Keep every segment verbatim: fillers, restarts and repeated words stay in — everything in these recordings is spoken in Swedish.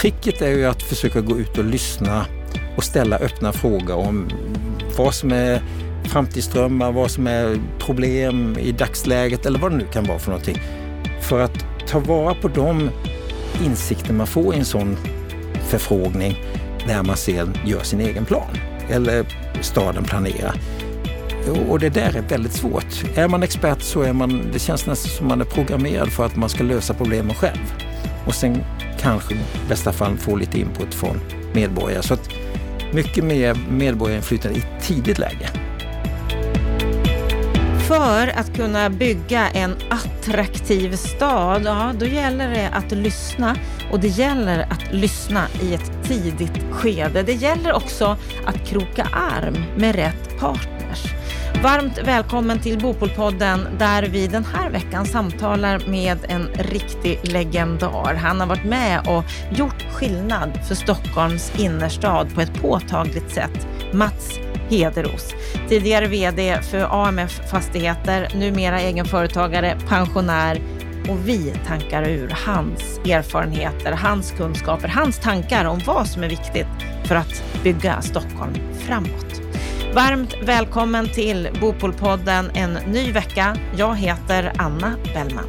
tricket är ju att försöka gå ut och lyssna och ställa öppna frågor om vad som är framtidsdrömmar, vad som är problem i dagsläget eller vad det nu kan vara för någonting. För att ta vara på de insikter man får i en sån förfrågning när man sedan gör sin egen plan eller staden planerar. Och det där är väldigt svårt. Är man expert så är man, det känns nästan som man är programmerad för att man ska lösa problemen själv. Och sen kanske i bästa fall få lite input från medborgare. Så att mycket mer medborgarinflytande i ett tidigt läge. För att kunna bygga en attraktiv stad, ja, då gäller det att lyssna. Och det gäller att lyssna i ett tidigt skede. Det gäller också att kroka arm med rätt partners. Varmt välkommen till Bopolpodden där vi den här veckan samtalar med en riktig legendar. Han har varit med och gjort skillnad för Stockholms innerstad på ett påtagligt sätt. Mats Hederos. Tidigare vd för A M F Fastigheter, numera egenföretagare, pensionär. Och vi tankar ur hans erfarenheter, hans kunskaper, hans tankar om vad som är viktigt för att bygga Stockholm framåt. Varmt välkommen till Bopolpodden en ny vecka. Jag heter Anna Bellman.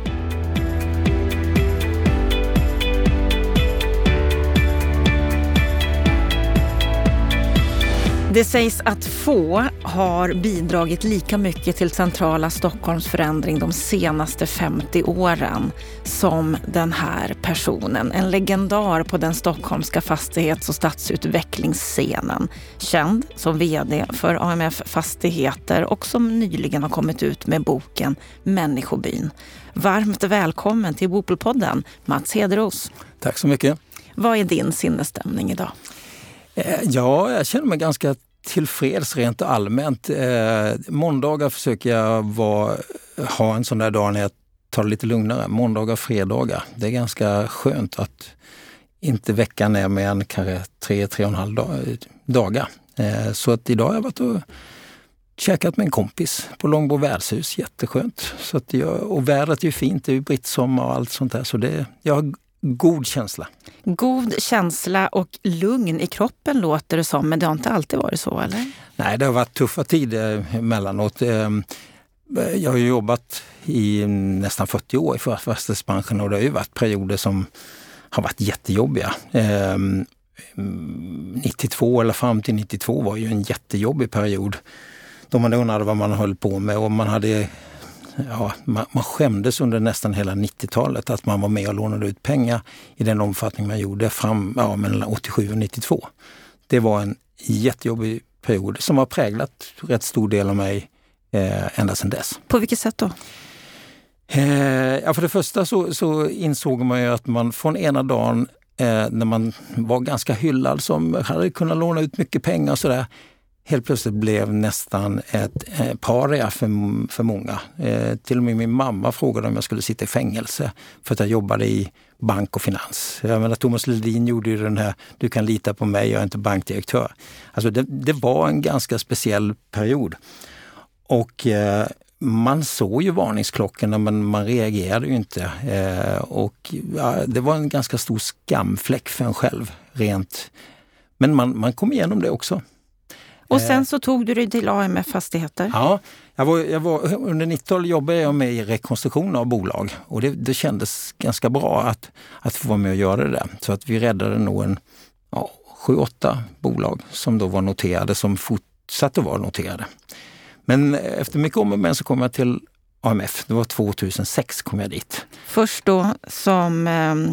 Det sägs att få har bidragit lika mycket till centrala Stockholms förändring de senaste femtio åren som den här personen. En legendar på den stockholmska fastighets- och stadsutvecklingsscenen. Känd som vd för A M F Fastigheter och som nyligen har kommit ut med boken Människobyn. Varmt välkommen till Bopolpodden, Mats Hederos. Tack så mycket. Vad är din sinnesstämning idag? Ja, jag känner mig ganska tillfreds rent allmänt. Eh, måndagar försöker jag vara, ha en sån där dag när jag tar det lite lugnare. Måndagar och fredagar. Det är ganska skönt att inte veckan ner med en kanske tre, tre och en halv dag, dagar. Eh, så att idag har jag varit och käkat med en kompis på Långbo värdshus. Jätteskönt. Så att jag, och vädret är ju fint. Det är ju brittsommar och allt sånt där. Så det, jag har god känsla. God känsla och lugn i kroppen låter det som, men det har inte alltid varit så, eller? Nej, det har varit tuffa tider emellanåt. Jag har jobbat i nästan fyrtio år i fastighetsbranschen och det har ju varit perioder som har varit jättejobbiga. nittiotvå eller fram till nittiotvå var ju en jättejobbig period då man undrade vad man höll på med och man hade Ja, man, man skämdes under nästan hela nittiotalet att man var med och lånade ut pengar i den omfattning man gjorde fram ja, mellan åttiosju och nittiotvå. Det var en jättejobbig period som har präglat rätt stor del av mig eh, ända sedan dess. På vilket sätt då? Eh, ja, för det första så, så insåg man ju att man från ena dagen eh, när man var ganska hyllad som hade kunnat låna ut mycket pengar och sådär, helt plötsligt blev nästan ett eh, paria för, för många. Eh, till och med min mamma frågade om jag skulle sitta i fängelse för att jag jobbade i bank och finans. Jag menar, Thomas Ledin gjorde ju den här, du kan lita på mig, jag är inte bankdirektör. Alltså det, det var en ganska speciell period. Och eh, man såg ju varningsklockorna men man reagerade ju inte. Eh, och ja, det var en ganska stor skamfläck för en själv rent. Men man, man kom igenom det också. Och sen så tog du dig till A M F Fastigheter? Ja, jag var, jag var, under nittiotalet jobbade jag med i rekonstruktion av bolag. Och det, det kändes ganska bra att, att få vara med och göra det där. Så att vi räddade nog en ja, sju, åtta bolag som då var noterade, som fortsatte att vara noterade. Men efter mycket om och men så kom jag till A M F. Det var tvåtusensex kom jag dit. Först då som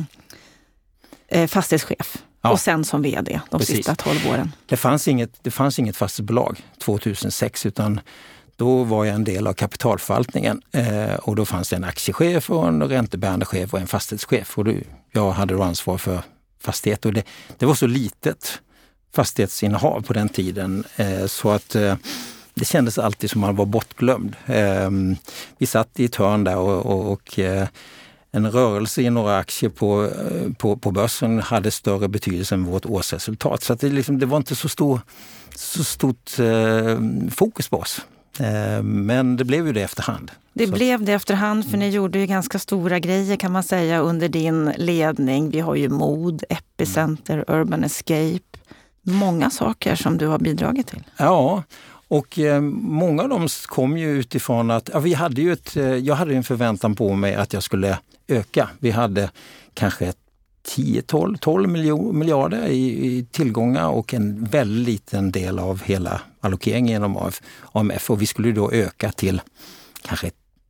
eh, fastighetschef. Ja. Och sen som vd de Precis. sista tolv åren. Det fanns inget, det fanns inget fastighetsbolag tvåtusensex utan då var jag en del av kapitalförvaltningen. Eh, och då fanns det en aktiechef och en räntebärande chef och en fastighetschef. Och då, jag hade då ansvar för fastighet. Och det, det var så litet fastighetsinnehav på den tiden eh, så att eh, det kändes alltid som man var bortglömd. Eh, vi satt i ett hörn där och, och, och eh, en rörelse i några aktier på, på, på börsen hade större betydelse än vårt årsresultat. Så att det, liksom, det var inte så, stor, så stort eh, fokus på oss. Eh, men det blev ju det efterhand. Det Så. blev det efterhand, för ni gjorde ju ganska stora grejer kan man säga under din ledning. Vi har ju Mod, Epicenter, Urban Escape. Många saker som du har bidragit till. Ja, och eh, många av dem kom ju utifrån att ja, vi hade ju ett, eh, jag hade en förväntan på mig att jag skulle öka. Vi hade kanske tio till tolv miljarder i, i tillgångar och en väldigt liten del av hela allokeringen genom A M F. Och vi skulle då öka till kanske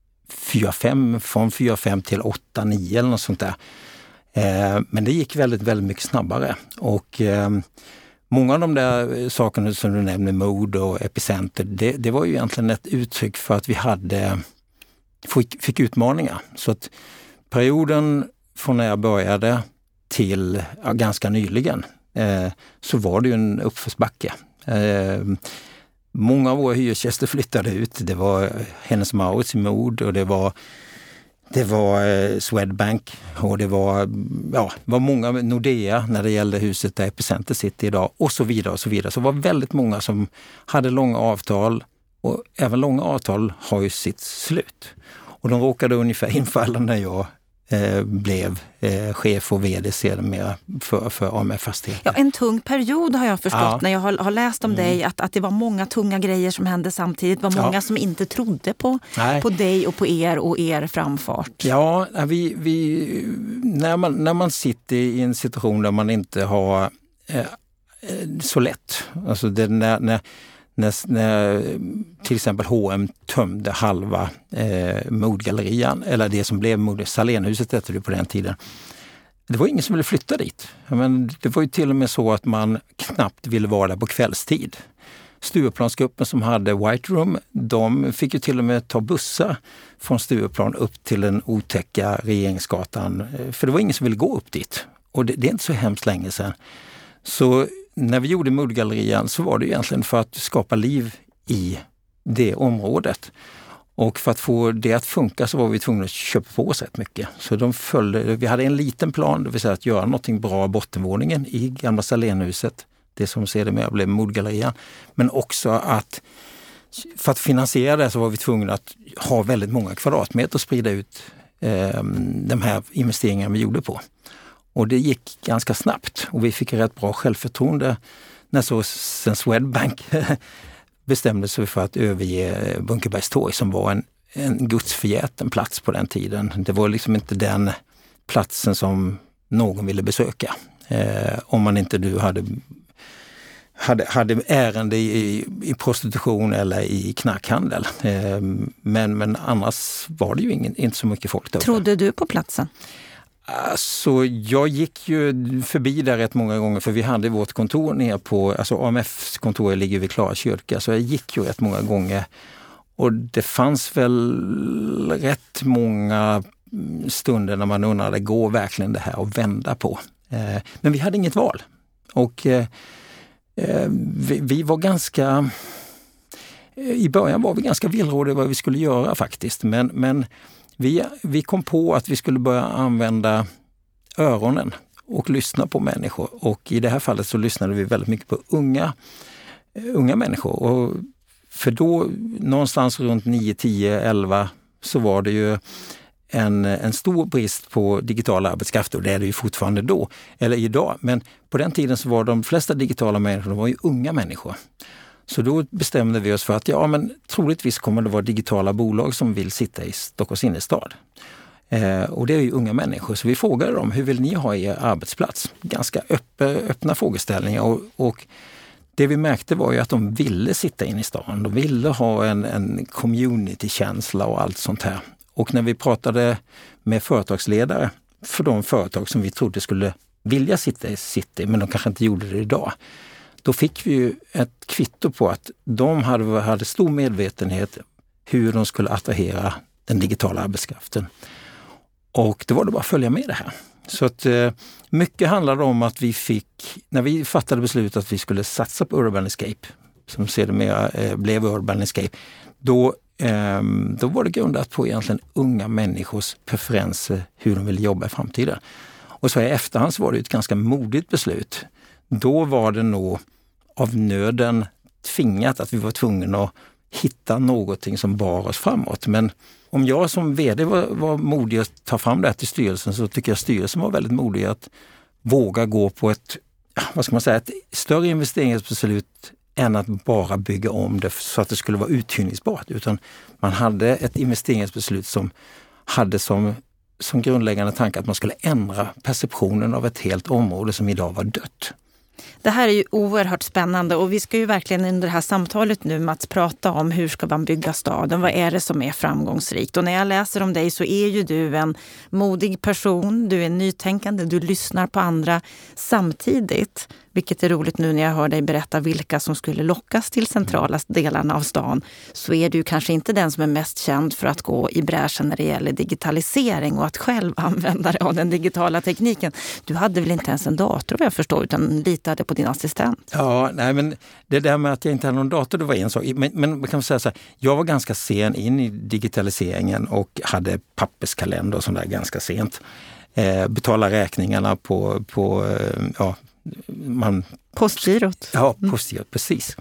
fyra fem, från fyra fem till åtta nio eller något sånt där. Eh, men det gick väldigt, väldigt mycket snabbare. Och eh, många av de där sakerna som du nämnde, Mod och Epicenter, det, det var ju egentligen ett uttryck för att vi hade fick, fick utmaningar. Så att perioden från när jag började till ja, ganska nyligen eh, så var det ju en uppförsbacke. Eh, många av våra hyresgäster flyttade ut. Det var Hennes & Mauritz i Mod och det var Det var eh, Swedbank och det var, ja, var många Nordea när det gällde huset där Epicenter sitter idag och så vidare och så vidare. Så det var väldigt många som hade långa avtal och även långa avtal har ju sitt slut. Och de råkade ungefär infalla när jag eh, blev eh, chef och vd sedermera för, för A M F-fastigheter. Ja, en tung period har jag förstått ja. när jag har, har läst om mm. dig att, att det var många tunga grejer som hände samtidigt. Det var många ja. som inte trodde på, på dig och på er och er framfart. Ja, vi, vi, när, man, när man sitter i en situation där man inte har eh, så lätt, alltså det, när, när När, när till exempel H och M tömde halva eh, Modgallerian, eller det som blev Mod, Salénhuset hette det på den tiden. Det var ingen som ville flytta dit. Men det var ju till och med så att man knappt ville vara där på kvällstid. Stureplansgruppen som hade White Room, de fick ju till och med ta bussar från Stureplan upp till den otäcka Regeringsgatan. För det var ingen som ville gå upp dit. Och det, det är inte så hemskt länge sedan. Så när vi gjorde Modgallerian så var det egentligen för att skapa liv i det området. Och för att få det att funka så var vi tvungna att köpa på oss rätt mycket. Så de följde, vi hade en liten plan, det vill säga att göra någonting bra i bottenvåningen i gamla Salénhuset. Det som sedermera blev Modgallerian. Men också att för att finansiera det så var vi tvungna att ha väldigt många kvadratmeter och sprida ut eh, de här investeringarna vi gjorde på. Och det gick ganska snabbt och vi fick rätt bra självförtroende när så sen Swedbank bestämde sig för att överge Bunkerbergstorg som var en, en gudsförgäten plats på den tiden. Det var liksom inte den platsen som någon ville besöka. Eh, om man inte nu hade, hade, hade ärende i, i prostitution eller i knarkhandel. Eh, men, men annars var det ju ingen, inte så mycket folk där. Trodde du på platsen? Alltså, jag gick ju förbi där rätt många gånger för vi hade vårt kontor ner på, alltså A M F:s kontor ligger vid Klara kyrka, så jag gick ju rätt många gånger och det fanns väl rätt många stunder när man undrade, går verkligen det här att vända på? Eh, men vi hade inget val och eh, vi, vi var ganska, i början var vi ganska villrådiga vad vi skulle göra faktiskt, men, men Vi, vi kom på att vi skulle börja använda öronen och lyssna på människor. Och i det här fallet så lyssnade vi väldigt mycket på unga, unga människor. Och för då, någonstans runt nio, tio, elva så var det ju en, en stor brist på digital arbetskraft. Och det är det ju fortfarande då, eller idag. Men på den tiden så var de flesta digitala människor, de var ju unga människor. Så då bestämde vi oss för att ja, men troligtvis kommer det vara digitala bolag som vill sitta i Stockholms innerstad. Eh, och det är ju unga människor. Så vi frågade dem, hur vill ni ha er arbetsplats? Ganska öppna, öppna frågeställningar. Och, och det vi märkte var ju att de ville sitta in i stan. De ville ha en, en community-känsla och allt sånt här. Och när vi pratade med företagsledare för de företag som vi trodde skulle vilja sitta i city, men de kanske inte gjorde det idag. Då fick vi ju ett kvitto på att de hade, hade stor medvetenhet hur de skulle attrahera den digitala arbetskraften. Och det var det bara att följa med det här. Så att mycket handlade om att vi fick, när vi fattade beslutet att vi skulle satsa på Urban Escape, som sedermera eh, blev Urban Escape, då, eh, då var det grundat på egentligen unga människors preferenser, hur de ville jobba i framtiden. Och så i efterhand så var det ett ganska modigt beslut. Då var det nog av nöden tvingat att vi var tvungna att hitta någonting som bar oss framåt. Men om jag som vd var, var modig att ta fram det här till styrelsen, så tycker jag styrelsen var väldigt modig att våga gå på ett, vad ska man säga, ett större investeringsbeslut än att bara bygga om det så att det skulle vara uthyrningsbart. Utan man hade ett investeringsbeslut som hade som, som grundläggande tanke att man skulle ändra perceptionen av ett helt område som idag var dött. Det här är ju oerhört spännande och vi ska ju verkligen under det här samtalet nu, Mats, prata om hur ska man bygga staden, vad är det som är framgångsrikt. Och när jag läser om dig så är ju du en modig person, du är nytänkande, du lyssnar på andra samtidigt. Vilket är roligt nu när jag hör dig berätta vilka som skulle lockas till centrala delarna av stan. Så är du kanske inte den som är mest känd för att gå i bräschen när det gäller digitalisering och att själv använda dig av den digitala tekniken. Du hade väl inte ens en dator vad jag förstår, utan litade på din assistent? Ja, nej men det där med att jag inte hade någon dator, det var en sak. Men, men man kan säga så här, jag var ganska sen in i digitaliseringen och hade papperskalender och sånt där ganska sent. Eh, betala räkningarna på, på eh, ja, man, Postgirot. Ja, postgirot, precis.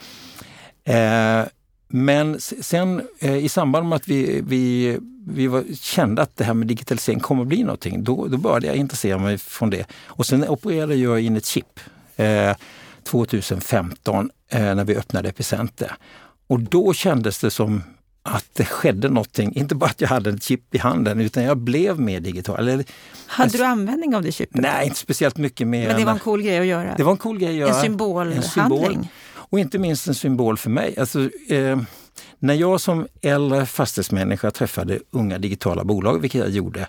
Eh, men sen eh, i samband med att vi, vi, vi var, kände att det här med digitalisering kommer att bli någonting, då, då började jag intressera mig från det. Och sen opererade jag in ett chip eh, tjugohundrafemton eh, när vi öppnade Epicenter. Och då kändes det som att det skedde någonting, inte bara att jag hade ett chip i handen utan jag blev mer digital. Eller, hade du användning av det chipet? Nej, inte speciellt mycket mer. Men det var en cool grej att göra? Det var en cool grej att göra. En symbolhandling? En symbol. Och inte minst en symbol för mig. Alltså, eh, när jag som äldre fastighetsmänniska träffade unga digitala bolag, vilket jag gjorde,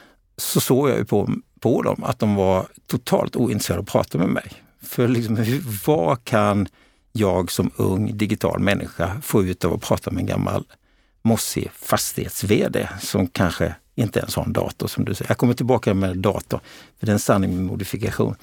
så såg jag ju på, på dem att de var totalt ointresserade att prata med mig. För liksom, hur, vad kan jag som ung digital människa få ut av att prata med en gammal mossig fastighets-vd som kanske inte ens har en dator som du säger. Jag kommer tillbaka med dator för det är en sanning med modifikation.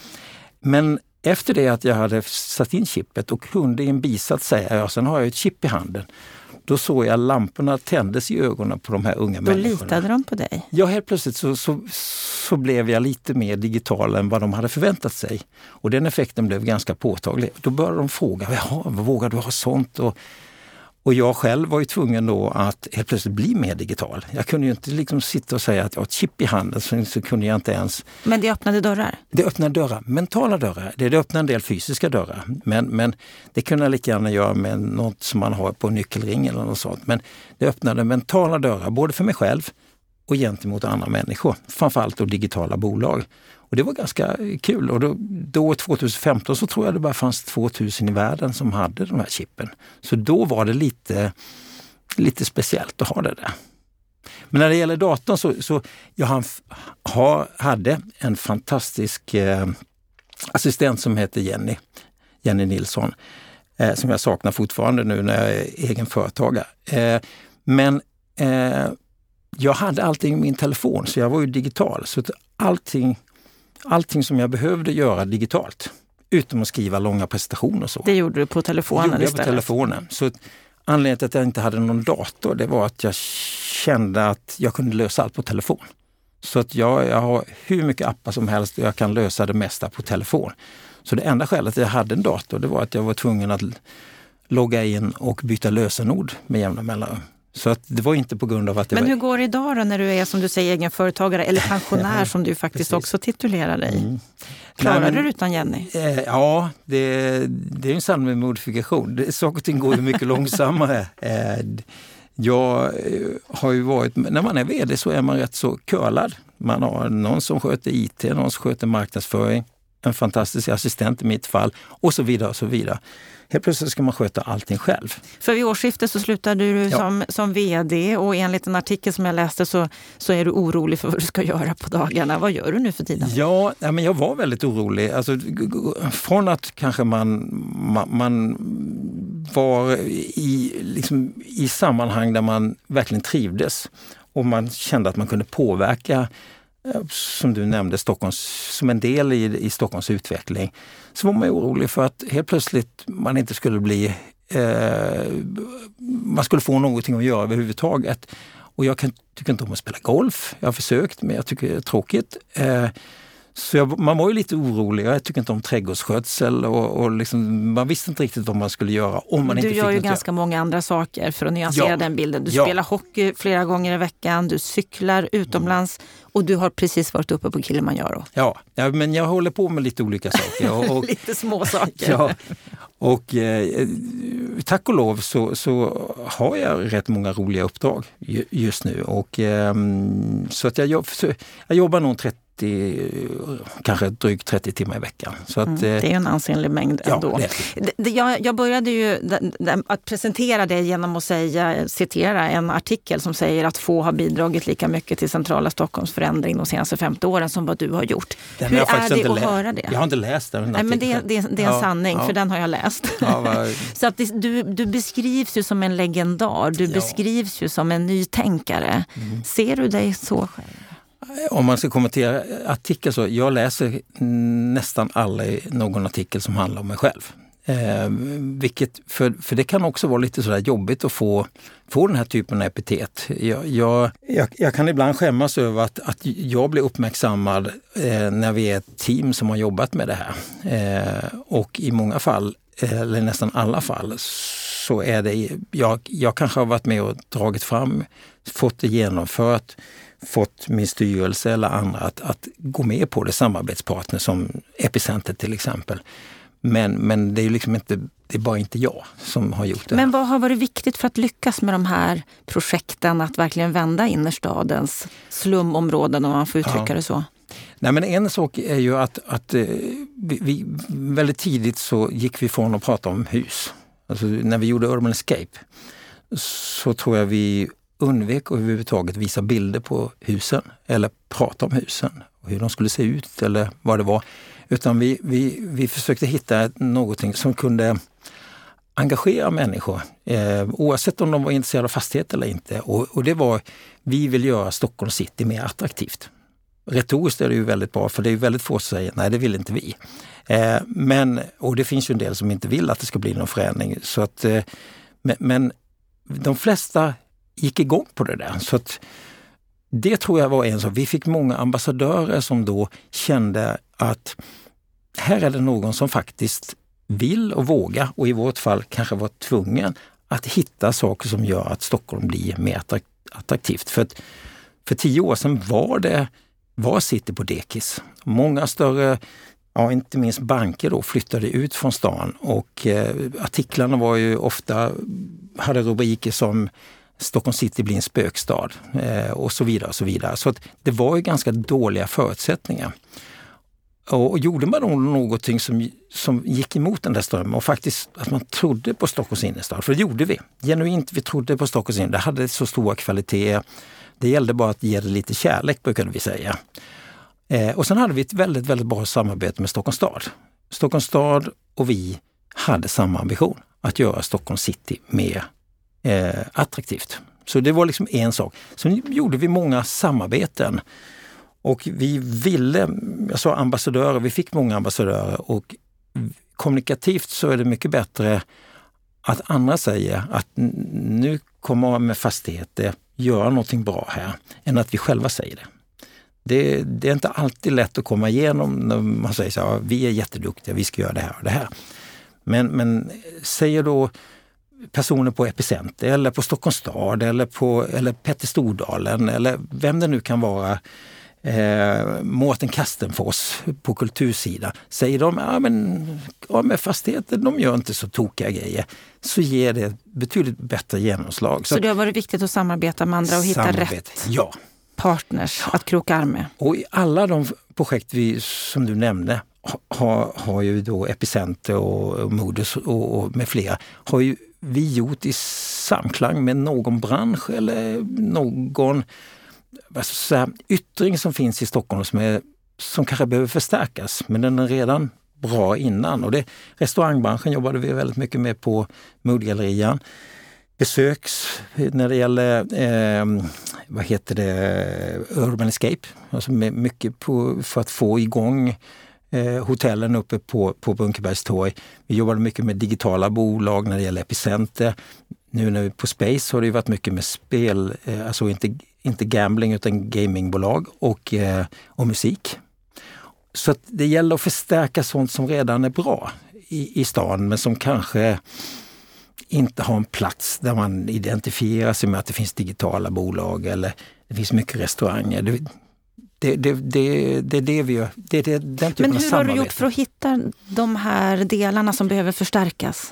Men efter det att jag hade satt in chippet och kunde i en bisats säga, ja sen har jag ett chip i handen. Då såg jag lamporna tändes i ögonen på de här unga Då människorna. Då litade de på dig? Ja, helt plötsligt så, så, så blev jag lite mer digital än vad de hade förväntat sig. Och den effekten blev ganska påtaglig. Då började de fråga, jaha, vad vågar du ha sånt? Och, och jag själv var ju tvungen då att helt plötsligt bli mer digital. Jag kunde ju inte liksom sitta och säga att jag har ett chip i handen, så, så kunde jag inte ens... Men det öppnade dörrar? Det öppnade dörrar, mentala dörrar. Det, det öppnade en del fysiska dörrar. Men, men det kunde jag lika gärna göra med något som man har på en nyckelring eller något sånt. Men det öppnade mentala dörrar, både för mig själv och gentemot andra människor. Framförallt då digitala bolag. Och det var ganska kul. Och då, då tjugohundrafemton så tror jag det bara fanns tvåtusen i världen som hade de här chippen. Så då var det lite, lite speciellt att ha det där. Men när det gäller datorn så, så jag ha, hade en fantastisk eh, assistent som heter Jenny, Jenny Nilsson, eh, som jag saknar fortfarande nu när jag är egen företagare. Eh, men eh, jag hade allting i min telefon så jag var ju digital. Så allting, allting som jag behövde göra digitalt, utom att skriva långa presentationer och så. Det gjorde du på telefonen istället? Det gjorde jag på telefonen. Så anledningen till att jag inte hade någon dator, det var att jag kände att jag kunde lösa allt på telefon. Så att jag, jag har hur mycket appar som helst och jag kan lösa det mesta på telefon. Så det enda skälet att jag hade en dator, det var att jag var tvungen att logga in och byta lösenord med jämna mellanrum. Så att det var inte på grund av att det Men var... hur går det idag då när du är som du säger egenföretagare eller pensionär som du faktiskt också titulerar dig? Mm. Klarar Nej, men, du utan Jenny? Eh, ja, det, det är en sann med modifikation. Det, saker och ting går ju mycket långsammare. Eh, jag har ju varit... När man är vd så är man rätt så curlad. Man har någon som sköter I T, någon som sköter marknadsföring, en fantastisk assistent i mitt fall och så vidare och så vidare. Helt plötsligt ska man sköta allting själv. För vid årsskiftet så slutade du ja. som, som vd och enligt en artikel som jag läste så, så är du orolig för vad du ska göra på dagarna. Vad gör du nu för tiden? Ja, ja men jag var väldigt orolig. Alltså, från att kanske man, man, man var i, liksom, i sammanhang där man verkligen trivdes och man kände att man kunde påverka, som du nämnde, Stockholms, som en del i, i Stockholms utveckling, så var man orolig för att helt plötsligt man inte skulle bli eh, man skulle få någonting att göra överhuvudtaget. Och jag kan, tycker inte om att spela golf. Jag har försökt, men jag tycker det är tråkigt. Eh, Så jag, man var ju lite orolig. Jag tycker inte om trädgårdsskötsel och, och liksom, man visste inte riktigt vad man skulle göra om man du inte fick gör ju något ganska göra. många andra saker för att nyansera Ja. den bilden. Du Ja. spelar hockey flera gånger i veckan, du cyklar utomlands och du har precis varit uppe på Kilimanjaro. Ja, ja men jag håller på med lite olika saker. Och, och, lite små saker. ja, och eh, tack och lov så, så har jag rätt många roliga uppdrag ju, just nu. Och, eh, så att jag, jobb, så, jag jobbar nog trettio, kanske drygt trettio timmar i veckan. Så att, mm, det är ju en ansenlig mängd ändå. Ja, det. Det, jag, jag började ju d- d- att presentera det genom att säga, citera en artikel som säger att få har bidragit lika mycket till centrala Stockholms förändring de senaste femtio åren som vad du har gjort. Den Hur har är det inte att lä- höra det? Jag har inte läst den. Nej, men det, det, det är en ja, sanning, ja. för den har jag läst. Ja, vad... Så att det, du, du beskrivs ju som en legendar, du Ja. beskrivs ju som en nytänkare. Mm. Ser du dig så själv? Om man ska kommentera artikel så, jag läser nästan aldrig någon artikel som handlar om mig själv. Eh, vilket, för, för det kan också vara lite sådär jobbigt att få, få den här typen av epitet. Jag, jag, jag, jag kan ibland skämmas över att, att jag blir uppmärksammad eh, när vi är ett team som har jobbat med det här. Eh, och i många fall, eller nästan alla fall, så är det, jag, jag kanske har varit med och dragit fram, fått det genomfört, fått min styrelse eller andra att, att gå med på det, samarbetspartner som Epicenter till exempel. Men, men det är ju liksom inte, det är bara inte jag som har gjort det. Men vad har varit viktigt för att lyckas med de här projekten, att verkligen vända innerstadens slumområden, om man får uttrycka ja. det så? Nej, men en sak är ju att, att vi, vi väldigt tidigt så gick vi från att prata om hus. Alltså när vi gjorde Urban Escape så tror jag vi undvek att överhuvudtaget visa bilder på husen eller prata om husen och hur de skulle se ut eller vad det var. Utan vi, vi, vi försökte hitta någonting som kunde engagera människor eh, oavsett om de var intresserade av fastighet eller inte. Och, och det var, vi vill göra Stockholm city mer attraktivt. Retoriskt är det ju väldigt bra, för det är ju väldigt få som säger nej, det vill inte vi. Eh, men, och det finns ju en del som inte vill att det ska bli någon förändring. Så att, eh, men, men de flesta gick igång på det där. Så att det tror jag var en sak. Vi fick många ambassadörer som då kände att här är det någon som faktiskt vill och vågar, och i vårt fall kanske var tvungen att hitta saker som gör att Stockholm blir mer attraktivt. För, att, för tio år sedan var det var city på dekis. Många större, ja, inte minst banker då, flyttade ut från stan, och eh, artiklarna var ju ofta, hade rubriker som Stockholm city blir en spökstad eh, och så vidare och så vidare. Så att det var ju ganska dåliga förutsättningar. Och, och gjorde man då någonting som, som gick emot den där strömmen, och faktiskt att man trodde på Stockholms innerstad, för det gjorde vi. Genuint, vi trodde på Stockholms innerstad. Det hade så stora kvaliteter. Det gällde bara att ge det lite kärlek, brukade vi säga. Eh, och sen hade vi ett väldigt, väldigt bra samarbete med Stockholms stad. Stockholms stad och vi hade samma ambition, att göra Stockholm city mer eh, attraktivt. Så det var liksom en sak. Sen gjorde vi många samarbeten. Och vi ville, jag sa ambassadörer, vi fick många ambassadörer, och kommunikativt så är det mycket bättre att andra säger att nu kommer man med fastigheter, göra någonting bra här, än att vi själva säger det. Det, det är inte alltid lätt att komma igenom när man säger så här, vi är jätteduktiga, vi ska göra det här och det här. Men, men säger då personer på Epicenter eller på Stockholms stad eller på eller Petter Stordalen eller vem det nu kan vara, Eh, Mårten Kastenfors på kultursidan, säger de ja men, ja, med fastigheter, de gör inte så tokiga grejer, så ger det betydligt bättre genomslag. Så, så det har varit viktigt att samarbeta med andra och hitta samarbete. rätt Ja. partners Ja. att kroka arm med. Och i alla de projekt vi, som du nämnde, har, har ju då Epicenter och, och Modus och, och med flera, har ju vi gjort i samklang med någon bransch eller någon alltså, yttring som finns i Stockholm som, är, som kanske behöver förstärkas, men den är redan bra innan. Och det, restaurangbranschen jobbade vi väldigt mycket med på Modgallerian. Besöks när det gäller eh, vad heter det, Urban Escape, alltså med mycket på, för att få igång eh, hotellen uppe på, på Brunkebergstorg. Vi jobbade mycket med digitala bolag när det gäller Epicenter. Nu när vi på Space har det varit mycket med spel, eh, alltså inte, inte gambling utan gamingbolag och, eh, och musik. Så att det gäller att förstärka sånt som redan är bra i, i stan, men som kanske inte har en plats där man identifierar sig med att det finns digitala bolag eller det finns mycket restauranger. Det, det, det, det, det är det vi gör. Det är det, den typen Men hur av har du gjort för att hitta de här delarna som behöver förstärkas?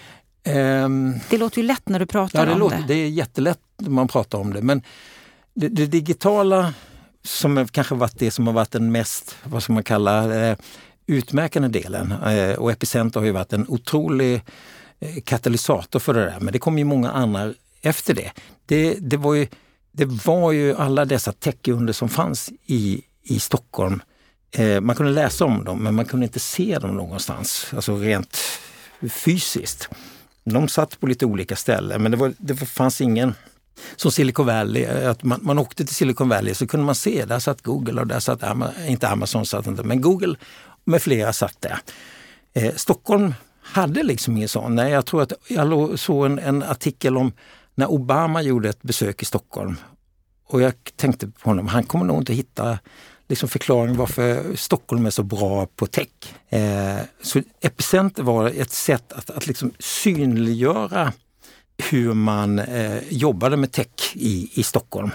Um, det låter ju lätt när du pratar ja, det om låter, det. Det är jättelätt när man pratar om det. Men det, det digitala som är kanske varit det som har varit den mest, vad ska man kalla, eh, utmärkande delen. Eh, och Epicenter har ju varit en otrolig eh, katalysator för det där. Men det kom ju många andra efter det. Det, det, var, ju, det var ju alla dessa techkunder som fanns i, i Stockholm. Eh, man kunde läsa om dem, men man kunde inte se dem någonstans. Alltså rent fysiskt. De satt på lite olika ställen, men det, var, det fanns ingen som Silicon Valley. Att man, man åkte till Silicon Valley så kunde man se, där satt Google och där satt Amazon, inte Amazon satt inte, men Google med flera satt där. Eh, Stockholm hade liksom ingen sån. Nej, jag tror att jag såg en, en artikel om när Obama gjorde ett besök i Stockholm. Och jag tänkte på honom, han kommer nog inte hitta liksom förklaring varför Stockholm är så bra på tech. Eh, så Epicenter var ett sätt att, att liksom synliggöra hur man eh, jobbade med tech i, i Stockholm.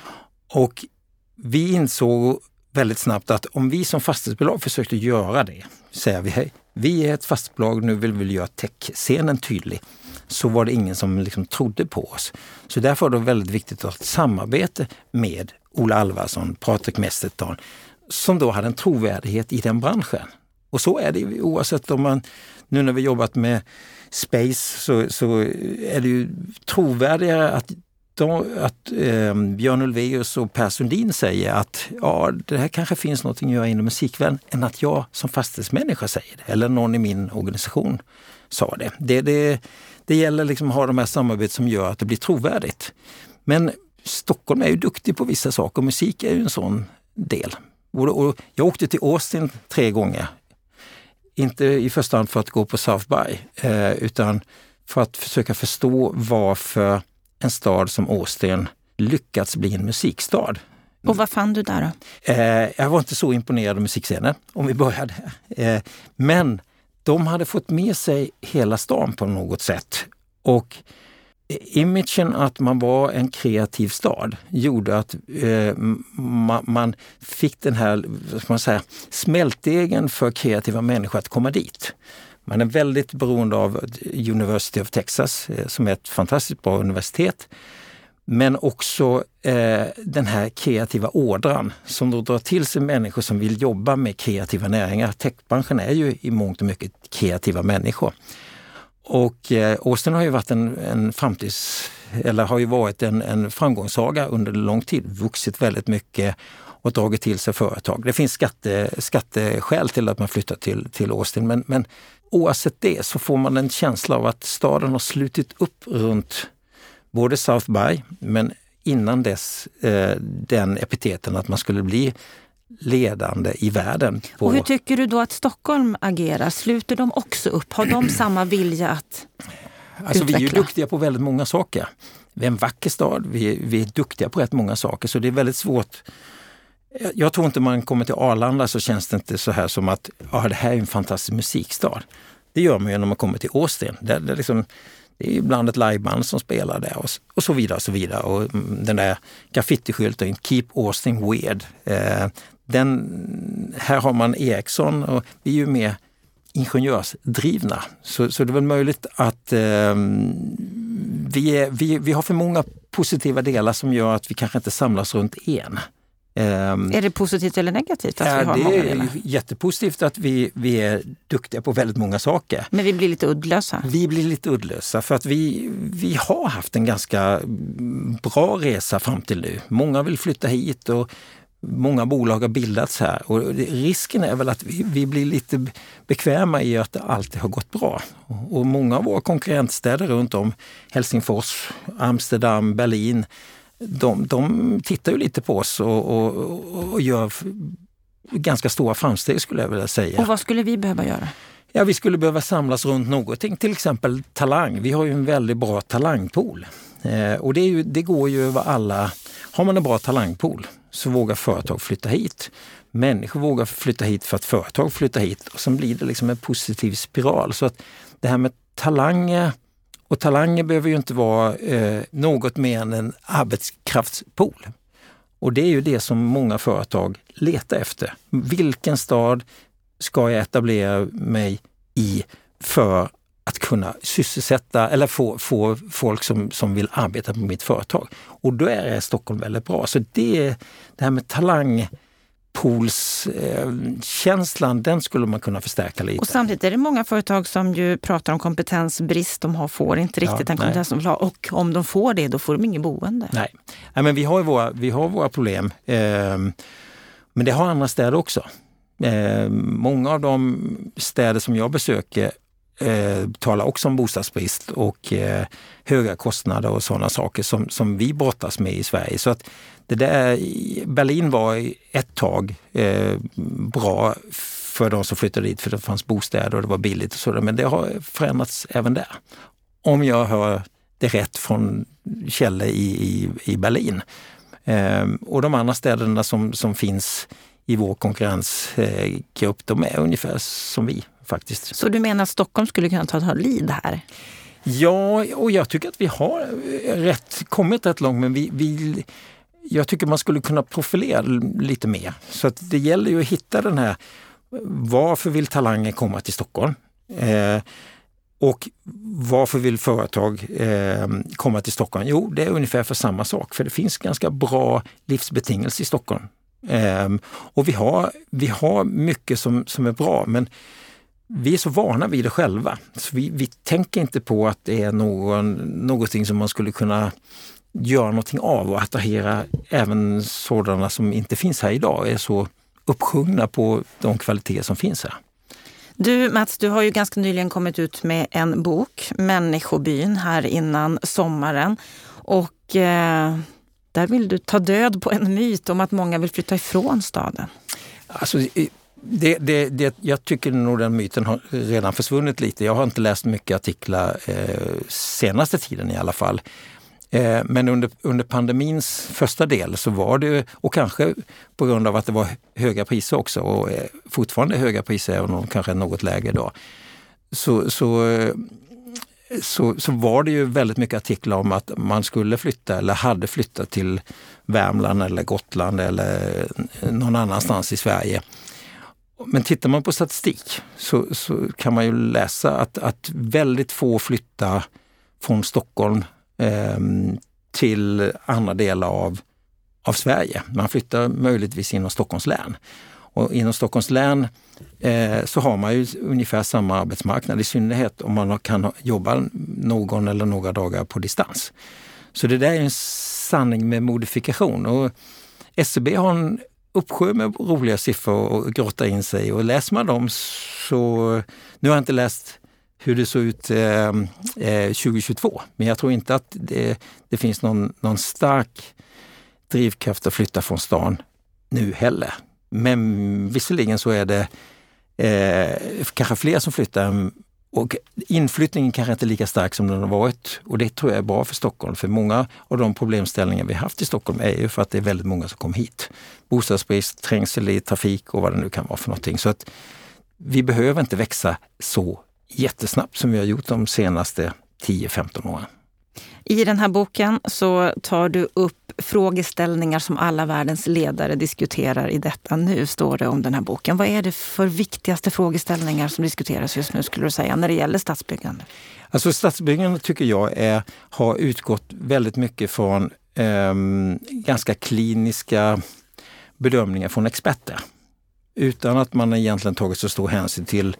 Och vi insåg väldigt snabbt att om vi som fastighetsbolag försökte göra det, säger vi hej, vi är ett fastighetsbolag, nu vill vi göra tech-scenen tydlig, så var det ingen som liksom trodde på oss. Så därför var det väldigt viktigt att ha ett samarbete med Ola Alvarsson, Patrik Mesterton, som då hade en trovärdighet i den branschen. Och så är det oavsett om man, nu när vi jobbat med Space så, så är det ju trovärdigare att, de, att eh, Björn Ulvaeus och Per Sundin säger att ja, det här kanske finns något att göra inom musikvärlden än att jag som fastighetsmänniska säger det. Eller någon i min organisation sa det. Det, det, det gäller liksom att ha de här samarbeten som gör att det blir trovärdigt. Men Stockholm är ju duktig på vissa saker och musik är ju en sån del. Och jag åkte till Austin tre gånger. Inte i första hand för att gå på South by, eh, utan för att försöka förstå varför en stad som Austin lyckats bli en musikstad. Och vad fann du där då? Eh, jag var inte så imponerad av musikscenen, om vi började. Eh, men de hade fått med sig hela stan på något sätt. Och imagen att man var en kreativ stad gjorde att eh, ma, man fick den här, vad ska man säga, smältdegen för kreativa människor att komma dit. Man är väldigt beroende av University of Texas eh, som är ett fantastiskt bra universitet. Men också eh, den här kreativa ådran som då drar till sig människor som vill jobba med kreativa näringar. Techbranschen är ju i mångt och mycket kreativa människor. Och eh, Austin har ju varit en, en framtids, eller har ju varit en, en framgångssaga under lång tid, vuxit väldigt mycket och dragit till sig företag. Det finns skatte, skatteskäl till att man flyttar till, till Austin, men, men oavsett det så får man en känsla av att staden har slutit upp runt både South by, men innan dess eh, den epiteten att man skulle bli ledande i världen. På... Och hur tycker du då att Stockholm agerar? Sluter de också upp? Har de samma vilja att alltså, utveckla? Vi är ju duktiga på väldigt många saker. Vi är en vacker stad, vi, vi är duktiga på rätt många saker, så det är väldigt svårt. Jag tror inte man kommer till Arlanda så känns det inte så här som att ja, det här är en fantastisk musikstad. Det gör man ju när man kommer till Austin. Det, det, liksom, det är ibland ett liveband som spelar där och, och så vidare och så vidare. Och den där graffitiskylten, Keep Austin Weird. Eh, den, här har man Ericsson och vi är ju mer ingenjörsdrivna. Så, så det är väl möjligt att eh, vi, är, vi, vi har för många positiva delar som gör att vi kanske inte samlas runt en. Um, är det positivt eller negativt att ja, vi har det många är delar? jättepositivt att vi, vi är duktiga på väldigt många saker. Men vi blir lite uddlösa? Vi blir lite uddlösa för att vi, vi har haft en ganska bra resa fram till nu. Många vill flytta hit och många bolag har bildats här. Och risken är väl att vi, vi blir lite bekväma i att det alltid har gått bra. Och, och många av våra konkurrentstäder runt om, Helsingfors, Amsterdam, Berlin, De, de tittar ju lite på oss och, och, och gör ganska stora framsteg skulle jag vilja säga. Och vad skulle vi behöva göra? Ja, vi skulle behöva samlas runt någonting, till exempel talang. Vi har ju en väldigt bra talangpool. Eh, och det, är ju, det går ju över alla. Har man en bra talangpool så vågar företag flytta hit. människor vågar flytta hit för att företag flyttar hit. Och så blir det liksom en positiv spiral. Så att det här med talanger, och talanger behöver ju inte vara eh, något mer än en arbetskraftspool. Och det är ju det som många företag letar efter. Vilken stad ska jag etablera mig i för att kunna sysselsätta eller få, få folk som, som vill arbeta på mitt företag. Och då är Stockholm väldigt bra. Så det, det här med talangpoolskänslan, eh, den skulle man kunna förstärka lite. Och samtidigt är det många företag som ju pratar om kompetensbrist. De har, får inte riktigt ja, den kompetens de vill ha. Och om de får det, då får de ingen boende. Nej, nej men vi har, våra, vi har våra problem. Eh, men det har andra städer också. Eh, många av de städer som jag besöker eh, talar också om bostadsbrist och eh, höga kostnader och sådana saker som, som vi brottas med i Sverige. Så att det där, Berlin var ett tag eh, bra för de som flyttade dit för det fanns bostäder och det var billigt och sådär, men det har förändrats även där. Om jag hör det rätt från källor i, i, i Berlin. Eh, och de andra städerna som, som finns i vår konkurrensgrupp, de är ungefär som vi faktiskt. Så du menar att Stockholm skulle kunna ta ta lead här? Ja, och jag tycker att vi har rätt, kommit rätt långt, men vi, vi, jag tycker man skulle kunna profilera lite mer. Så att det gäller ju att hitta den här, varför vill talanger komma till Stockholm? Eh, och varför vill företag eh, komma till Stockholm? Jo, det är ungefär för samma sak, för det finns ganska bra livsbetingelser i Stockholm. Um, och vi har, vi har mycket som, som är bra, men vi är så vana vid det själva. Så vi, vi tänker inte på att det är någon, någonting som man skulle kunna göra någonting av och attrahera även sådana som inte finns här idag, är så uppsjungna på de kvaliteter som finns här. Du Mats, du har ju ganska nyligen kommit ut med en bok, Människobyn, här innan sommaren. Och eh, där vill du ta död på en myt om att många vill flytta ifrån staden. Alltså, det, det, det, jag tycker nog den myten har redan försvunnit lite. Jag har inte läst mycket artiklar eh, senaste tiden i alla fall. Eh, men under, under pandemins första del så var det, och kanske på grund av att det var höga priser också, och eh, fortfarande höga priser även om kanske något lägre då, så, så, eh, så, så var det ju väldigt mycket artiklar om att man skulle flytta eller hade flyttat till Värmland eller Gotland eller någon annanstans i Sverige. Men tittar man på statistik så, så kan man ju läsa att, att väldigt få flyttar från Stockholm eh, till andra delar av, av Sverige. Man flyttar möjligtvis inom Stockholms län. Och inom Stockholms län eh, så har man ju ungefär samma arbetsmarknad, i synnerhet om man kan jobba någon eller några dagar på distans. Så det där är en sanning med modifikation. Och S C B har en uppsjö med roliga siffror och grotta in sig, och läser man dem så, nu har jag inte läst hur det såg ut eh, tjugohundratjugotvå, men jag tror inte att det, det finns någon, någon stark drivkraft att flytta från stan nu heller. Men visserligen så är det eh, kanske fler som flyttar, och inflyttningen kanske inte är lika stark som den har varit, och det tror jag är bra för Stockholm, för många av de problemställningar vi haft i Stockholm är ju för att det är väldigt många som kommer hit. Bostadsbrist, trängsel i trafik och vad det nu kan vara för någonting. Så att vi behöver inte växa så jättesnabbt som vi har gjort de senaste tio femton åren. I den här boken så tar du upp frågeställningar som alla världens ledare diskuterar i detta nu, står det om den här boken. Vad är det för viktigaste frågeställningar som diskuteras just nu, skulle du säga, när det gäller stadsbyggande? Alltså stadsbyggande tycker jag är, har utgått väldigt mycket från eh, ganska kliniska bedömningar från experter. Utan att man egentligen tagit så stor hänsyn till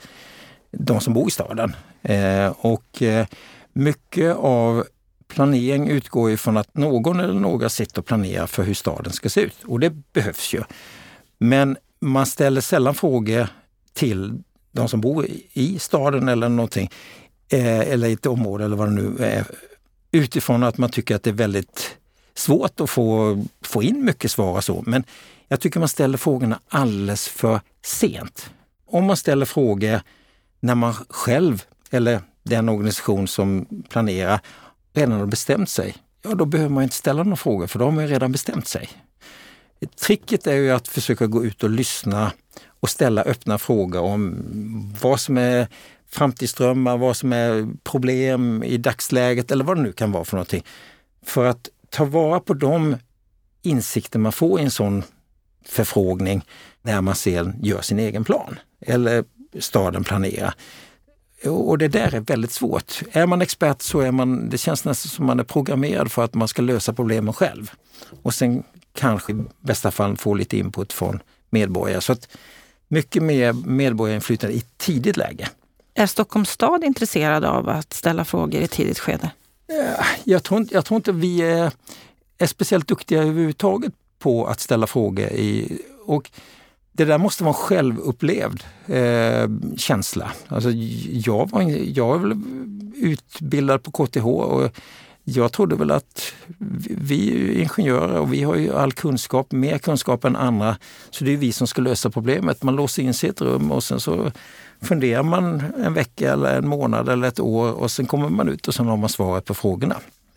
de som bor i staden. Eh, och eh, mycket av planering utgår ifrån att någon eller några sitter och planerar för hur staden ska se ut. Och det behövs ju. Men man ställer sällan frågor till de som bor i staden eller någonting, eh, eller i ett område eller vad det nu är, utifrån att man tycker att det är väldigt svårt att få, få in mycket svar och så. Men jag tycker man ställer frågorna alldeles för sent. Om man ställer frågor när man själv eller den organisation som planerar redan har bestämt sig, ja då behöver man inte ställa några frågor, för då har man ju redan bestämt sig. Tricket är ju att försöka gå ut och lyssna och ställa öppna frågor om vad som är framtidsdrömmar, vad som är problem i dagsläget eller vad det nu kan vara för någonting. För att ta vara på de insikter man får i en sån förfrågning när man sedan gör sin egen plan eller staden planerar. Och det där är väldigt svårt. Är man expert så är man, det känns nästan som man är programmerad för att man ska lösa problemen själv. Och sen kanske i bästa fall få lite input från medborgare. Så att mycket mer medborgarinflytande i tidigt läge. Är Stockholms stad intresserad av att ställa frågor i tidigt skede? Jag tror inte, jag tror inte vi är, är speciellt duktiga överhuvudtaget på att ställa frågor. I, och det där måste vara en självupplevd eh, känsla. Alltså, jag, var, jag är väl utbildad på K T H och jag trodde väl att vi är ingenjörer och vi har ju all kunskap, mer kunskap än andra. Så det är vi som ska lösa problemet. Man låser in sig i ett rum och sen så funderar man en vecka eller en månad eller ett år och sen kommer man ut och sen har man svaret på frågorna.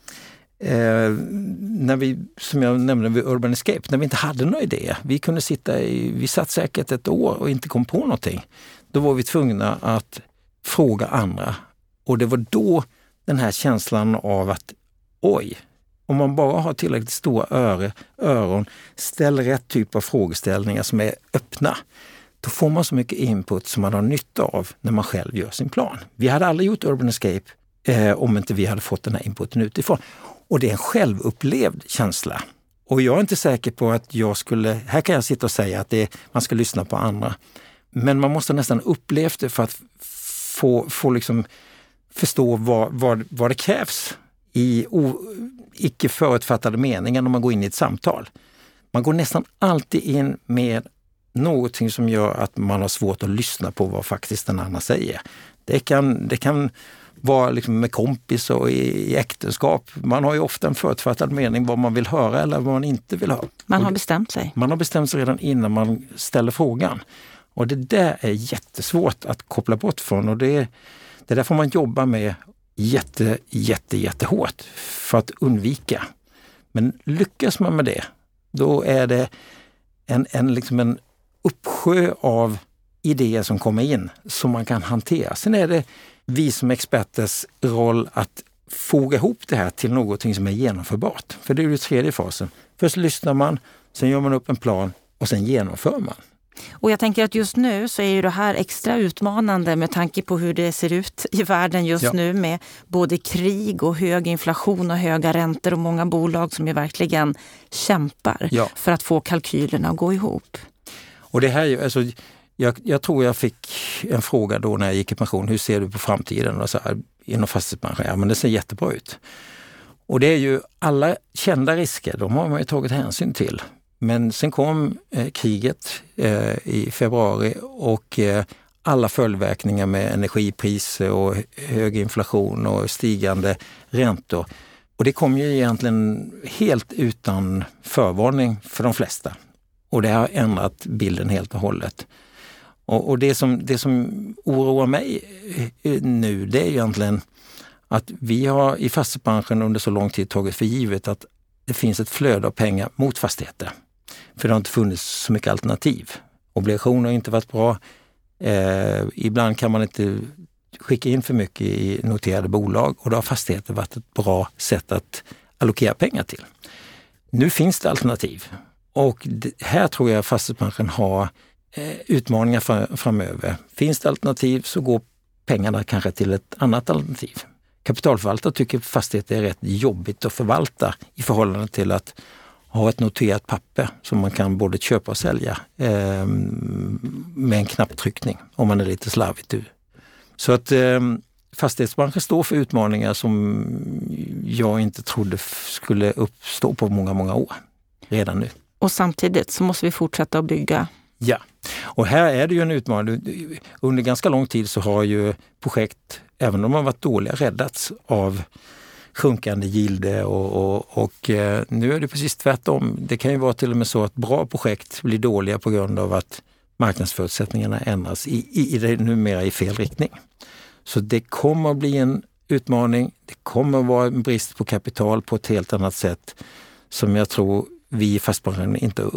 Eh, när vi, som jag nämnde vid Urban Escape, när vi inte hade några idéer, vi kunde sitta i, vi satt säkert ett år och inte kom på någonting. Då var vi tvungna att fråga andra och det var då den här känslan av att oj, om man bara har tillräckligt stora öre, öron, ställer rätt typ av frågeställningar som är öppna, då får man så mycket input som man har nytta av när man själv gör sin plan. Vi hade aldrig gjort Urban Escape eh, om inte vi hade fått den här inputen utifrån. Och det är en självupplevd känsla. Och jag är inte säker på att jag skulle, här kan jag sitta och säga att det är, man ska lyssna på andra. Men man måste nästan uppleva det för att få, få liksom förstå vad, vad, vad det krävs i o, icke förutfattade meningar när man går in i ett samtal. Man går nästan alltid in med någonting som gör att man har svårt att lyssna på vad faktiskt den andra säger. Det kan, det kan vara liksom med kompis och i, i äktenskap. Man har ju ofta en förutfattad mening vad man vill höra eller vad man inte vill höra. Man har bestämt sig. Man har bestämt sig redan innan man ställer frågan. Och det där är jättesvårt att koppla bort från och det, det där får man jobba med jätte, jätte, jättehårt för att undvika. Men lyckas man med det, då är det en, en, liksom en uppsjö av idéer som kommer in som man kan hantera. Sen är det vi som experters roll att foga ihop det här till någonting som är genomförbart. För det är ju tredje fasen. Först lyssnar man, sen gör man upp en plan och sen genomför man. Och jag tänker att just nu så är ju det här extra utmanande med tanke på hur det ser ut i världen just ja. nu med både krig och hög inflation och höga räntor och många bolag som ju verkligen kämpar ja. för att få kalkylerna att gå ihop. Och det här, alltså, jag, jag tror jag fick en fråga då när jag gick i pension, hur ser du på framtiden? Och så här, inom fastighetsbranschen, ja men det ser jättebra ut. Och det är ju alla kända risker, de har man ju tagit hänsyn till. Men sen kom eh, kriget eh, i februari och eh, alla följdverkningar med energipriser och hög inflation och stigande räntor. Och det kom ju egentligen helt utan förvarning för de flesta. Och det har ändrat bilden helt och hållet. Och, och det, som, det som oroar mig nu, det är egentligen att vi har i fastighetsbranschen under så lång tid tagit för givet att det finns ett flöde av pengar mot fastigheter. För det har inte funnits så mycket alternativ. Obligationer har inte varit bra. Eh, ibland kan man inte skicka in för mycket i noterade bolag och då har fastigheter varit ett bra sätt att allokera pengar till. Nu finns det alternativ och det, här tror jag fastighetsbranschen har eh, utmaningar fram, framöver. Finns det alternativ så går pengarna kanske till ett annat alternativ. Kapitalförvaltare tycker fastigheter är rätt jobbigt att förvalta i förhållande till att ha ett noterat papper som man kan både köpa och sälja eh, med en knapptryckning om man är lite slarvigt ur. Så att eh, fastighetsbranschen står för utmaningar som jag inte trodde skulle uppstå på många, många år redan nu. Och samtidigt så måste vi fortsätta att bygga. Ja, och här är det ju en utmaning. Under ganska lång tid så har ju projekt, även om de har varit dåliga, räddats av sjunkande gilde och, och, och eh, nu är det precis tvärtom. Det kan ju vara till och med så att bra projekt blir dåliga på grund av att marknadsförutsättningarna ändras i, i, i det numera i fel riktning. Så det kommer att bli en utmaning. Det kommer att vara en brist på kapital på ett helt annat sätt som jag tror vi i fastighetsbranschen inte upp,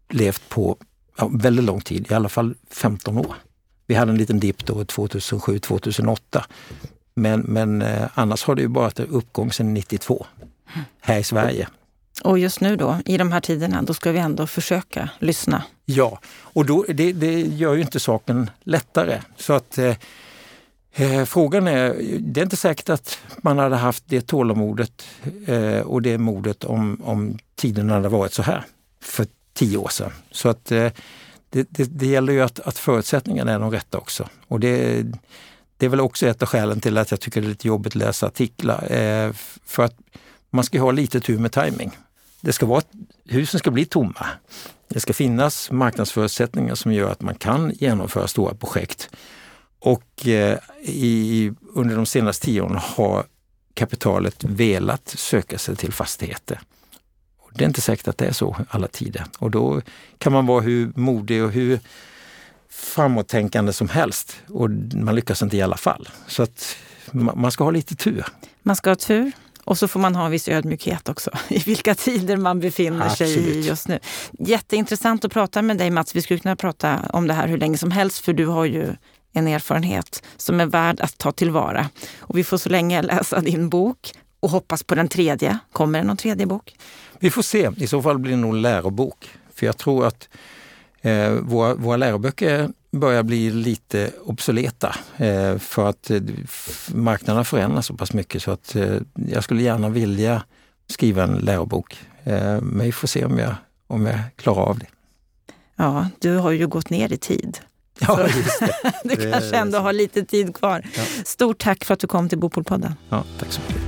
levt på ja, väldigt lång tid, i alla fall femton år. Vi hade en liten dipp då tjugohundrasju tjugohundraåtta. Men, men eh, annars har det ju bara varit uppgång sedan nittiotvå här i Sverige. Och just nu då, i de här tiderna, då ska vi ändå försöka lyssna. Ja, och då, det, det gör ju inte saken lättare. Så att eh, eh, frågan är, det är inte säkert att man hade haft det tålamodet eh, och det modet om, om tiden hade varit så här för tio år sedan. Så att eh, det, det, det gäller ju att, att förutsättningarna är de rätta också. Och det, det är väl också ett av skälen till att jag tycker det är lite jobbigt att läsa artiklar. Eh, för att man ska ha lite tur med timing. Det ska vara, husen ska bli tomma. Det ska finnas marknadsförutsättningar som gör att man kan genomföra stora projekt. Och eh, i, under de senaste tio åren har kapitalet velat söka sig till fastigheter. Och det är inte säkert att det är så alla tider. Och då kan man vara hur modig och hur framåttänkande som helst. Och man lyckas inte i alla fall. Så att man, man ska ha lite tur. Man ska ha tur. Och så får man ha en viss ödmjukhet också i vilka tider man befinner Absolut. sig i just nu. Jätteintressant att prata med dig, Mats. Vi skulle kunna prata om det här hur länge som helst, för du har ju en erfarenhet som är värd att ta tillvara. Och vi får så länge läsa din bok och hoppas på den tredje. Kommer det någon tredje bok? Vi får se. I så fall blir det nog en lärobok. För jag tror att eh, våra, våra läroböcker börjar bli lite obsoleta eh, för att eh, marknaden förändras så pass mycket så att eh, jag skulle gärna vilja skriva en lärobok. Eh, men vi får se om jag, om jag klarar av det. Ja, du har ju gått ner i tid. Ja, just det. Du det kanske ändå har lite tid kvar. Ja. Stort tack för att du kom till Bopolpodden. Ja, tack så mycket.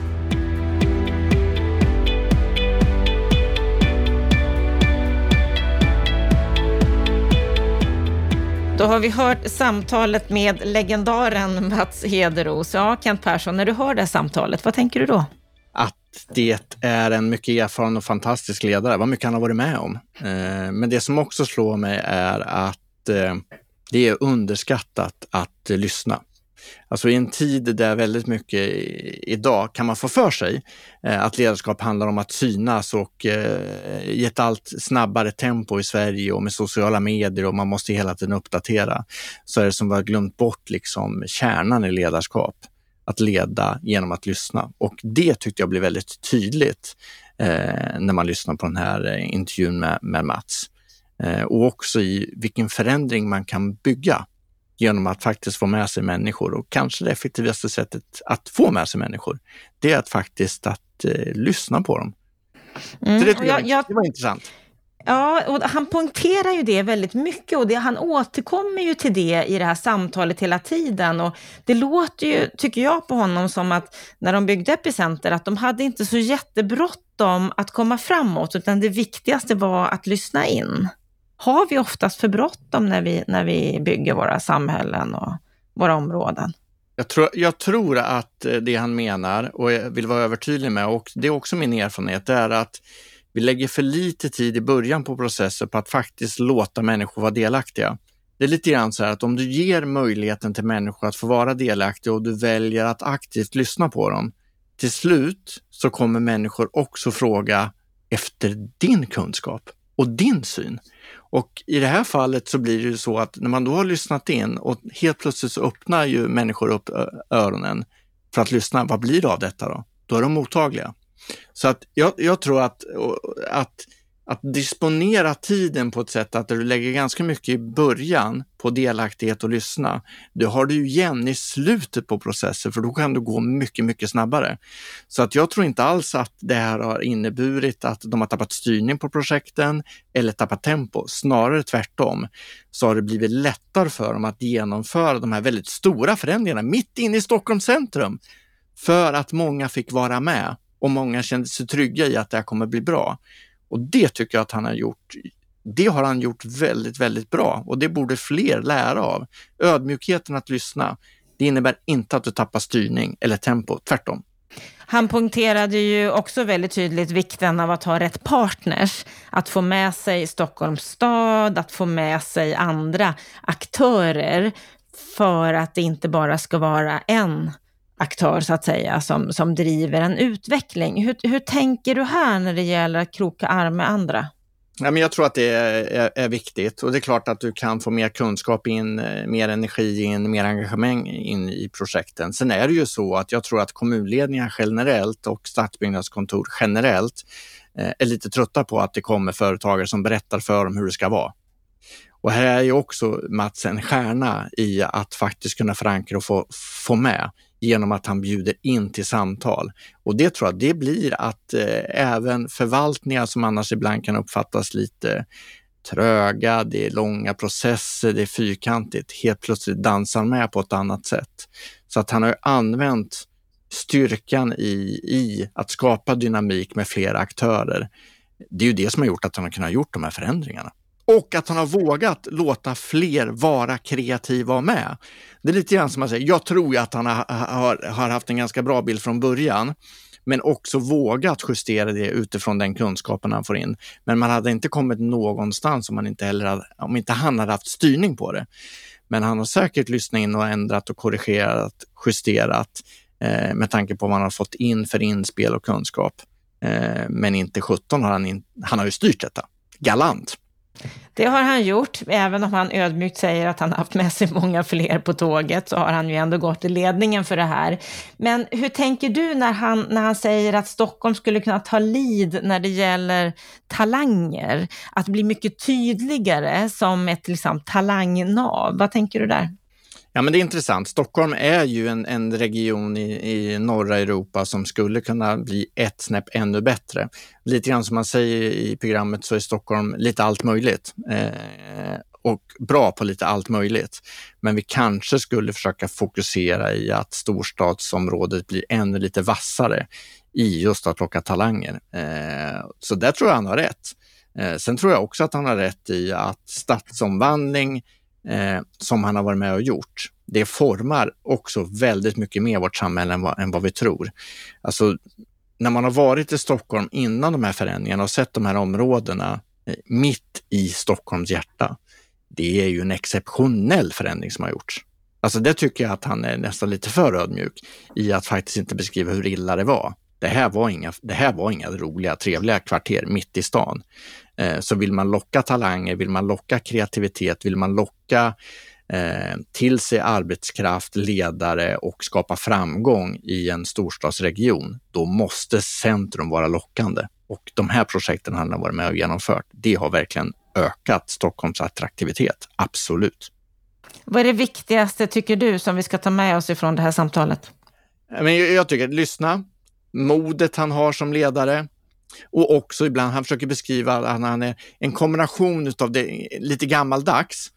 Då har vi hört samtalet med legendaren Mats Hederos. Ja, Kent Persson, när du hör det här samtalet, vad tänker du då? Att det är en mycket erfaren och fantastisk ledare, vad mycket han har varit med om. Men det som också slår mig är att det är underskattat att lyssna. Alltså i en tid där väldigt mycket idag kan man få för sig att ledarskap handlar om att synas och i ett allt snabbare tempo i Sverige och med sociala medier och man måste hela tiden uppdatera, så är det som vi har glömt bort liksom kärnan i ledarskap. Att leda genom att lyssna. Och det tyckte jag blev väldigt tydligt eh, när man lyssnar på den här intervjun med, med Mats. Eh, och också i vilken förändring man kan bygga genom att faktiskt få med sig människor. Och kanske det effektivaste sättet att få med sig människor, det är att faktiskt att eh, lyssna på dem. Mm, Så det, jag, jag, jag, det var intressant. Ja, och han poängterar ju det väldigt mycket och det, han återkommer ju till det i det här samtalet hela tiden. Och det låter ju, tycker jag på honom, som att när de byggde Epicenter att de hade inte så jättebråttom att komma framåt, utan det viktigaste var att lyssna in. Har vi oftast för bråttom när vi, när vi bygger våra samhällen och våra områden? Jag tror, jag tror att det han menar, och jag vill vara övertydlig med, och det är också min erfarenhet, det är att vi lägger för lite tid i början på processer på att faktiskt låta människor vara delaktiga. Det är lite grann så här att om du ger möjligheten till människor att få vara delaktiga och du väljer att aktivt lyssna på dem, till slut så kommer människor också fråga efter din kunskap och din syn. Och i det här fallet så blir det ju så att när man då har lyssnat in och helt plötsligt så öppnar ju människor upp öronen för att lyssna, vad blir det av detta då? Då är de mottagliga. Så att jag, jag tror att, att, att disponera tiden på ett sätt att du lägger ganska mycket i början på delaktighet och lyssna. Det har du ju igen i slutet på processen, för då kan du gå mycket, mycket snabbare. Så att jag tror inte alls att det här har inneburit att de har tappat styrning på projekten eller tappat tempo. Snarare tvärtom så har det blivit lättare för dem att genomföra de här väldigt stora förändringarna mitt inne i Stockholms centrum, för att många fick vara med. Och många kände sig trygga i att det här kommer bli bra. Och det tycker jag att han har gjort. Det har han gjort väldigt, väldigt bra. Och det borde fler lära av. Ödmjukheten att lyssna. Det innebär inte att du tappar styrning eller tempo. Tvärtom. Han poängterade ju också väldigt tydligt vikten av att ha rätt partners. Att få med sig Stockholms stad. Att få med sig andra aktörer. För att det inte bara ska vara en aktör så att säga som, som driver en utveckling. Hur, hur tänker du här när det gäller att kroka arm med andra? Ja, men jag tror att det är, är, är viktigt, och det är klart att du kan få mer kunskap in, mer energi in, mer engagemang in i projekten. Sen är det ju så att jag tror att kommunledningar generellt och stadsbyggnadskontor generellt eh, är lite trötta på att det kommer företagare som berättar för dem hur det ska vara. Och här är ju också Mats en stjärna i att faktiskt kunna förankra och få, få med genom att han bjuder in till samtal. Och det tror jag det blir att eh, även förvaltningar som annars ibland kan uppfattas lite tröga, det är långa processer, det är fyrkantigt, helt plötsligt dansar med på ett annat sätt. Så att han har använt styrkan i, i att skapa dynamik med flera aktörer. Det är ju det som har gjort att han har kunnat gjort de här förändringarna. Och att han har vågat låta fler vara kreativa och med. Det är lite grann som man säger, jag tror ju att han har, har, har haft en ganska bra bild från början, men också vågat justera det utifrån den kunskapen han får in. Men man hade inte kommit någonstans om, man inte heller hade, om inte han hade haft styrning på det. Men han har säkert lyssnat in och ändrat och korrigerat, justerat eh, med tanke på vad man har fått in för inspel och kunskap. Eh, men inte sjutton har han, in, han har ju styrt detta. Galant. Det har han gjort, även om han ödmjukt säger att han har haft med sig många fler på tåget, så har han ju ändå gått i ledningen för det här. Men hur tänker du när han, när han säger att Stockholm skulle kunna ta lead när det gäller talanger? Att bli mycket tydligare som ett liksom, talangnav. Vad tänker du där? Ja, men det är intressant. Stockholm är ju en, en region i, i norra Europa som skulle kunna bli ett snäpp ännu bättre. Lite grann som man säger i programmet så är Stockholm lite allt möjligt. Eh, och bra på lite allt möjligt. Men vi kanske skulle försöka fokusera i att storstadsområdet blir ännu lite vassare i just att plocka talanger. Eh, så där tror jag han har rätt. Eh, sen tror jag också att han har rätt i att stadsomvandling Eh, som han har varit med och gjort, det formar också väldigt mycket mer vårt samhälle än vad, än vad vi tror. Alltså, när man har varit i Stockholm innan de här förändringarna och sett de här områdena eh, mitt i Stockholms hjärta, det är ju en exceptionell förändring som har gjorts. Alltså det tycker jag att han är nästan lite för ödmjuk i att faktiskt inte beskriva hur illa det var. Det här var inga, det här var inga roliga, trevliga kvarter mitt i stan. Eh, så vill man locka talanger, vill man locka kreativitet, vill man locka eh, till sig arbetskraft, ledare och skapa framgång i en storstadsregion, då måste centrum vara lockande. Och de här projekten han har varit med och genomfört, det har verkligen ökat Stockholms attraktivitet, absolut. Vad är det viktigaste tycker du som vi ska ta med oss ifrån det här samtalet? Men jag, jag tycker att lyssna, modet han har som ledare, och också ibland han försöker beskriva att han är en kombination av det lite gammaldags,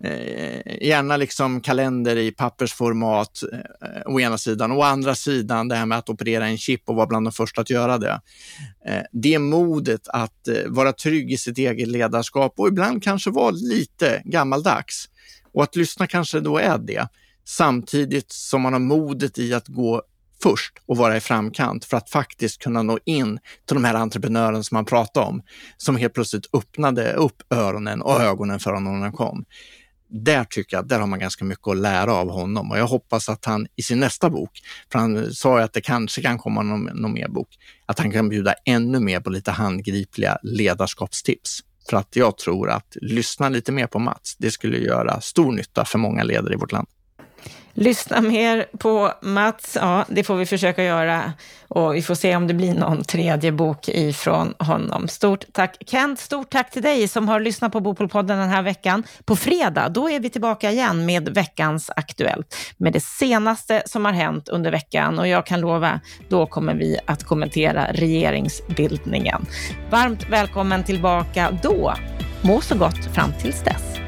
eh, gärna liksom kalender i pappersformat eh, å ena sidan, och å andra sidan det här med att operera en chip och vara bland de första att göra det. Eh, det är modet att eh, vara trygg i sitt eget ledarskap och ibland kanske vara lite gammaldags, och att lyssna kanske då är det, samtidigt som man har modet i att gå först och vara i framkant för att faktiskt kunna nå in till de här entreprenörerna som man pratar om, som helt plötsligt öppnade upp öronen och ögonen för honom när han kom. Där tycker jag, där har man ganska mycket att lära av honom, och jag hoppas att han i sin nästa bok, för han sa ju att det kanske kan komma någon, någon mer bok, att han kan bjuda ännu mer på lite handgripliga ledarskapstips. För att jag tror att lyssna lite mer på Mats, det skulle göra stor nytta för många ledare i vårt land. Lyssna mer på Mats, ja det får vi försöka göra, och vi får se om det blir någon tredje bok ifrån honom. Stort tack Kent, stort tack till dig som har lyssnat på Bopolpodden den här veckan. På fredag, då är vi tillbaka igen med veckans Aktuellt, med det senaste som har hänt under veckan, och jag kan lova, då kommer vi att kommentera regeringsbildningen. Varmt välkommen tillbaka då, må så gott fram tills dess.